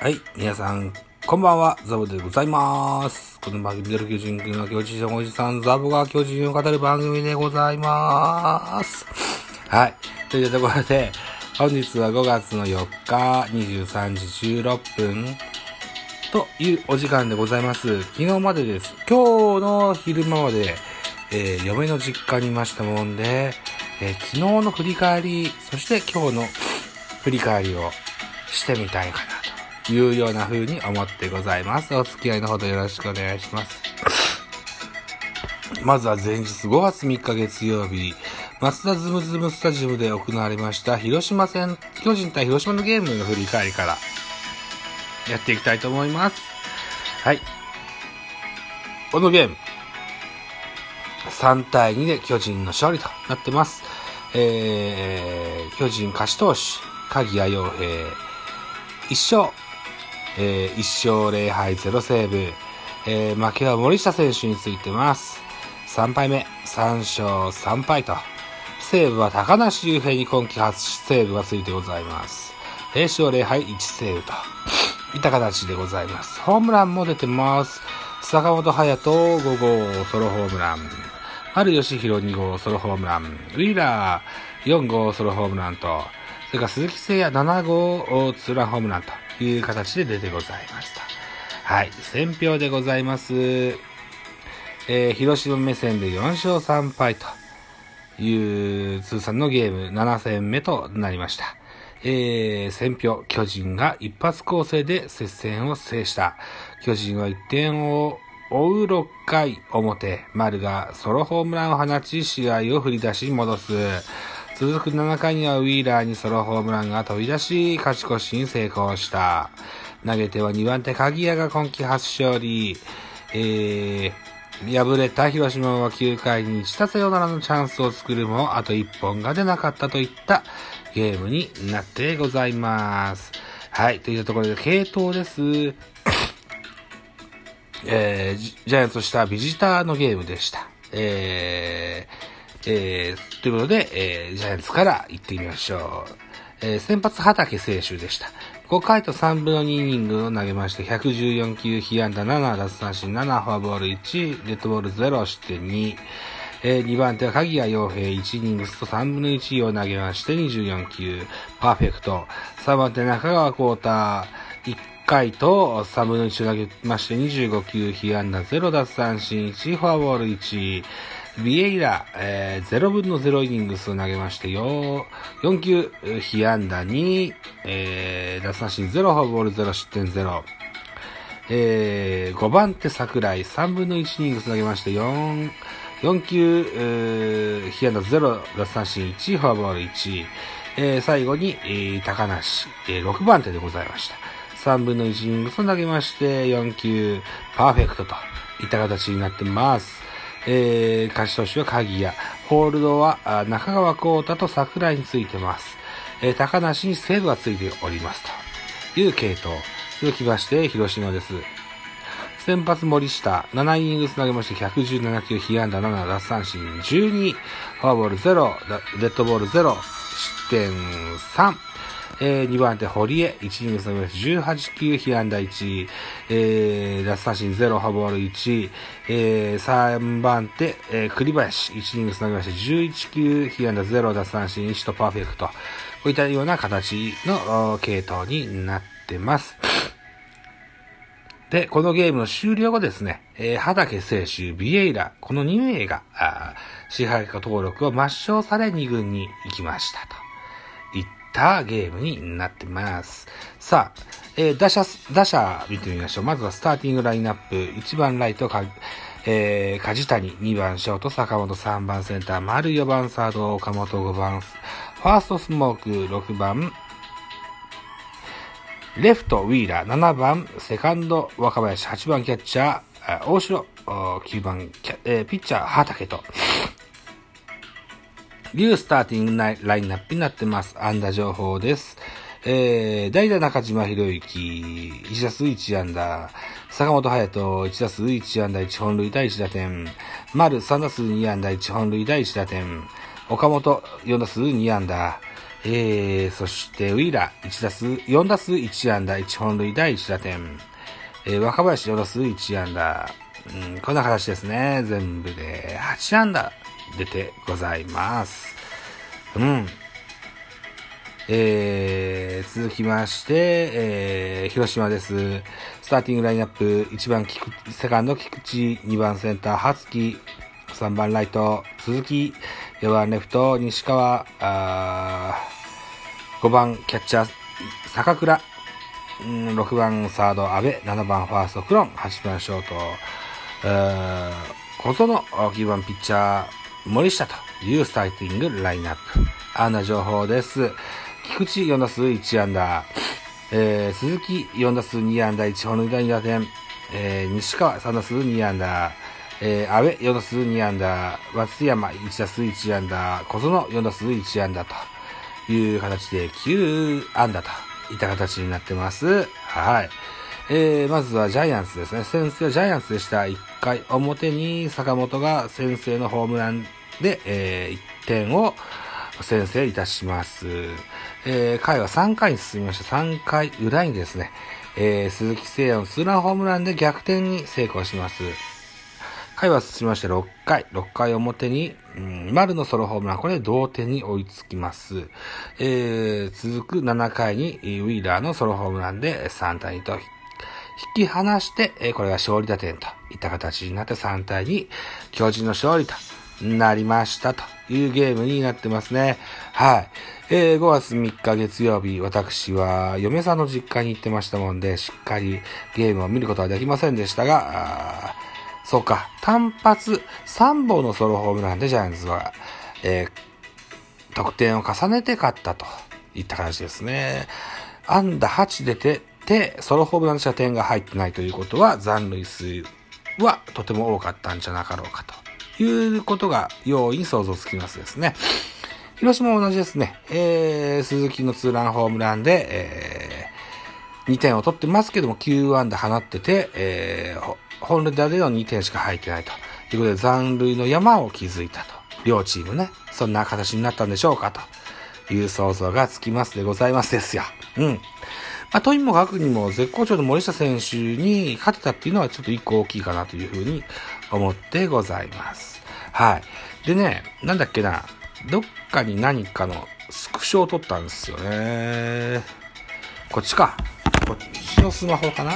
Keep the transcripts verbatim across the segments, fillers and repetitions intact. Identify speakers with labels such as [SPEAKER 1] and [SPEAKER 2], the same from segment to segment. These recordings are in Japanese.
[SPEAKER 1] はい、皆さん、こんばんは、ザボでございます。この番組での巨人軍の巨人おじさん、ザボが巨人を語る番組でございます。はい、というところで、本日はごがつのよっか、にじゅうさんじじゅうろっぷん、というお時間でございます。昨日までです。今日の昼間まで、えー、嫁の実家にいましたもんで、えー、昨日の振り返り、そして今日の振り返りをしてみたいかなというような風に思ってございます。お付き合いのほどよろしくお願いします。まずは前日ごがつみっか月曜日、マツダズムズムスタジアムで行われました広島戦、巨人対広島のゲームの振り返りからやっていきたいと思います。はい。このゲーム、さんたいにで巨人の勝利となってます。えー、巨人勝ち投手、鍵谷陽平、いっ勝、えー、いっ勝ぜろ敗ゼロセーブ、えー、負けは森下選手についてます。さんぱいめ、さん勝さん敗と、セーブは高梨雄平に今季初セーブがついてございます。ぜろ勝ぜろ敗いちセーブといった形でございます。ホームランも出てます。坂本勇人ご号ソロホームラン、丸義弘に号ソロホームラン、ウィーラーよん号ソロホームランと、それから鈴木誠也なな号ツーランホームランという形で出てございました。はい、選票でございます。えー、広島目線でよん勝さん敗という通算のゲームなな戦目となりました。えー、選票、巨人が一発攻勢で接戦を制した。巨人はいってんを追うろっかい表、丸がソロホームランを放ち試合を振り出し戻す。続くななかいにはウィーラーにソロホームランが飛び出し、勝ち越しに成功した。投げてはにばん手鍵谷が今季初勝利。えー、敗れた広島はきゅうかいにいち打サヨナラのチャンスを作るも、あといっぽんが出なかったといったゲームになってございます。はい、というところで継投です。えー、ジャイアンツとしたビジターのゲームでした。えー、えー、ということで、えー、ジャイアンツから行ってみましょう。えー、先発畠選手でした。ごかいとさんぶんのにイニングを投げまして、ひゃくじゅうよん球、被安打なな、奪三振なな、フォアボールいち、デッドボールゼロ、失点に。えー、にばん手は鍵谷陽平いちイニングスとさんぶんのいちを投げましてにじゅうよん球、パーフェクト。さんばん手中川幸太、いっかいとさんぶんのいちを投げましてにじゅうご球、被安打ゼロ、奪三振いち、フォアボールいち。ビエイラ、えー、ゼロぶんのゼロイニングスを投げましてよ、よん球、被安打に、えー、奪三振ゼロ、フォアボールゼロ、失点ゼロ。えー、ごばん手桜井、さんぶんのいちイニングス投げましてよん、よん球、えー、被安打ゼロ、奪三振いち、フォアボールいち。えー、最後に、えー、高梨、えー、ろくばん手でございました。さんぶんのいちイニングスを投げましてよん球、パーフェクトといった形になってます。えー、勝ち投手は鍵谷。ホールドは中川幸太と桜井についてます。えー、高梨にセーブがついておりますという系統。続きまして広島です。先発森下、ななイニングス投げましてひゃくじゅうなな球、被安打なな、奪三振じゅうに、フォアボールゼロ、デッドボールゼロ、失点さん。えー、にばん手堀江、いちイニングス投げましてじゅうはち球、被安打いち、えー、奪三振ゼロ、フォアボールいち、えー、さんばん手、えー、栗林、いちイニングス投げましてじゅういち球、被安打ゼロ、奪三振いちとパーフェクト。こういったような形の系統になってます。で、このゲームの終了後ですね、えー、畠選手、ビエイラ、このに名が、支配下登録を抹消されに軍に行きましたといったゲームになってます。さあ、えー、打者、打者見てみましょう。まずはスターティングラインナップ、いちばんライトか、えー、梶谷、にばんショート坂本、さんばんセンター丸、よばんサード岡本、ごばんファーストスモーク、ろくばんレフト、ウィーラー、ななばん、セカンド、若林、はちばんキャッチャー、大城、きゅうばん、えー、ピッチャー、畠と、いうスターティングラインナップになってます。安打情報です。えー、代打中島博之、いち打数いち安打、坂本勇人、いち打数いち安打いち本塁打いち打点、丸さん打数に安打いち本塁打いち打点、岡本よん打数に安打、 えー、そしてウィーラーいち打数、よん打数いち安打いち本塁打いち打点。えー、若林よん打数いち安打。うん、こんな形ですね。全部ではち安打出てございます。うん。えー、続きまして、えー、広島です。スターティングラインナップ、いちばん菊、セカンド菊池、にばんセンター、初木、さんばんライト、鈴木、よんばんレフト、西川、あごばんキャッチャー、坂倉、ろくばんサード、阿部、ななばんファースト、クロン、はちばんショート、小園、きゅうばんピッチャー、森下というスターティングラインナップ。あんな情報です。菊池よん打数いち安打、えー、鈴木よん打数に安打いち本塁打に打点、えー、西川さん打数に安打、えー、阿部よん打数に安打、松山いち打数いち安打、小園よん打数いち安打という形できゅう安打といった形になってます。はい。えー、まずはジャイアンツですね。先制はジャイアンツでした。いっかい表に坂本が先制のホームランで、えー、いってんを先制いたします。えー、回はさんかいに進みました。さんかい裏にですね、えー、鈴木誠也のツーランホームランで逆転に成功します。回は進みましてろっかい、ろっかい表に、うん、丸のソロホームラン、これで同点に追いつきます。えー、続くななかいにウィーラーのソロホームランでさんたいにと引き離して、えー、これが勝利打点といった形になってさんたいに巨人の勝利となりましたというゲームになってますね。はい。えー、ごがつみっか月曜日、私は嫁さんの実家に行ってましたもんで、しっかりゲームを見ることはできませんでしたが、そうか、単発さんぼんのソロホームランでジャイアンツは、えー、得点を重ねて勝ったといった形ですね。安打はち出てて、ソロホームランしか点が入ってないということは、残塁数はとても多かったんじゃなかろうかということが容易に想像つきますですね。広島も同じですね。えー、鈴木のツーランホームランで、えー、にてんを取ってますけども、きゅう安打放ってて、えー、本塁打でのにてんしか入ってないということで、残塁の山を築いたと。両チームね、そんな形になったんでしょうかという想像がつきますでございますですよ。うん。まあ、とにもかくにも絶好調の森下選手に勝てたっていうのはちょっと一個大きいかなというふうに思ってございます。はい。でね、なんだっけな、どっかに何かのスクショを撮ったんですよね。こっちか。こっちのスマホかな。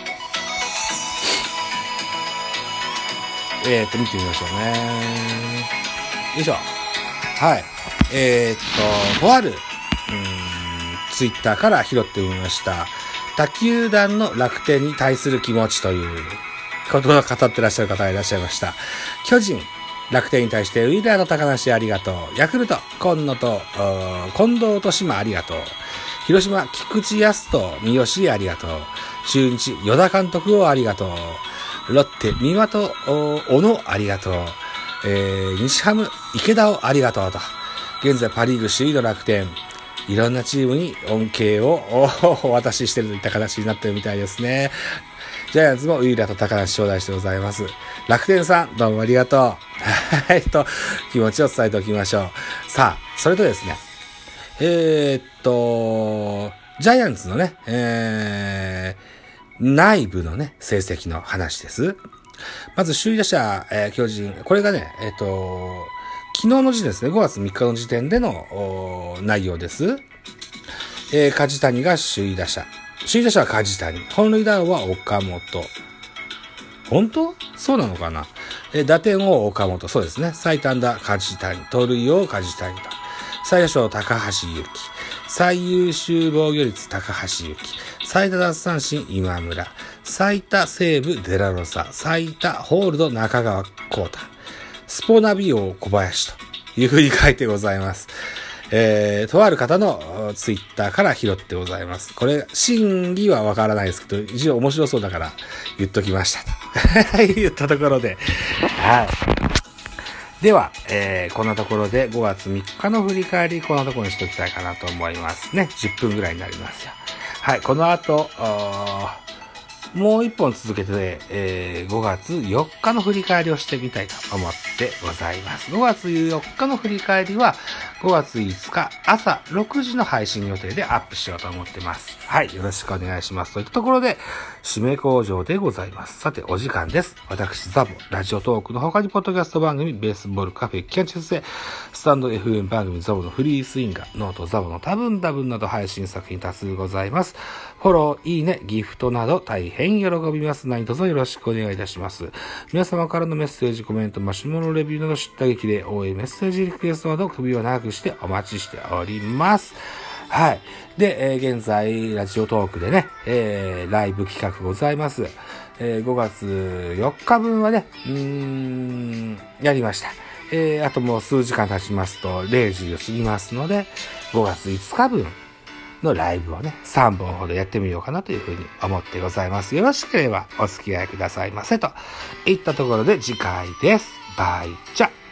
[SPEAKER 1] えーっと、見てみましょうね。よいしょ。はい。えーっと、とある、うーん、ツイッターから拾ってみました。他球団の楽天に対する気持ちということを語ってらっしゃる方がいらっしゃいました。巨人、楽天に対してウィーラーと高梨ありがとう。ヤクルト、今野と、近藤と島ありがとう。広島、菊池康と三好ありがとう。中日、与田監督をありがとう。ロッテ、三輪と小野ありがとう。えー、西ハム、池田をありがとうと。現在パリーグ首位の楽天。いろんなチームに恩恵をお渡ししてるといった形になってるみたいですね。ジャイアンツもウィーラーと高梨招待してございます。楽天さん、どうもありがとう。はい、と、気持ちを伝えておきましょう。さあ、それとですね、えー、っと、ジャイアンツのね、えー、内部のね、成績の話です。まず、首位打者、えー、巨人、これがね、えー、っと、昨日の時点ですね、ごがつみっかの時点での内容です。えー、梶谷が首位打者。首位打者は梶谷。本塁打王は岡本。本当？そうなのかな？えー、打点王岡本。そうですね。最多安打梶谷。盗塁王梶谷と。最多勝高橋優貴。最優秀防御率高橋優貴。最多奪三振今村。最多セーブデラロサ。最多ホールド中川幸太。スポナビ王小林というふうに書いてございます。えー、とある方のツイッターから拾ってございます。これ、真偽はわからないですけど、一応面白そうだから言っときましたと。言ったところで。はい。では、えー、こんなところでごがつみっかの振り返り、こんなところにしときたいかなと思いますね。じゅっぷんぐらいになりますよ。はい、この後、 もう一本続けて、えー、ごがつよっかの振り返りをしてみたいと思ってございます。ごがつよっかの振り返りは、ごがついつか朝ろくじの配信予定でアップしようと思ってます。はい、よろしくお願いします。といったところで、締め工場でございます。さて、お時間です。私、ザボ、ラジオトークの他に、ポッドキャスト番組、ベースボールカフェ、キャンチェスで、スタンド エフエム 番組、ザボのフリースインガー、ノートザボの多分多分など配信作品多数ございます。フォロー、いいね、ギフトなど大変喜びます。何卒よろしくお願いいたします。皆様からのメッセージ、コメント、マシュマロレビューなど知った激励、応援メッセージリクエストなど首を長くしてお待ちしております。はい。で、えー、現在、ラジオトークでね、えー、ライブ企画ございます。えー、ごがつよっかぶんはね、うーん、やりました。えー、あともう数時間経ちますとれいじを過ぎますので、ごがついつかぶんのライブをね、さんぼんほどやってみようかなというふうに思ってございます。よろしければお付き合いくださいませといったところで次回です。バイチャ。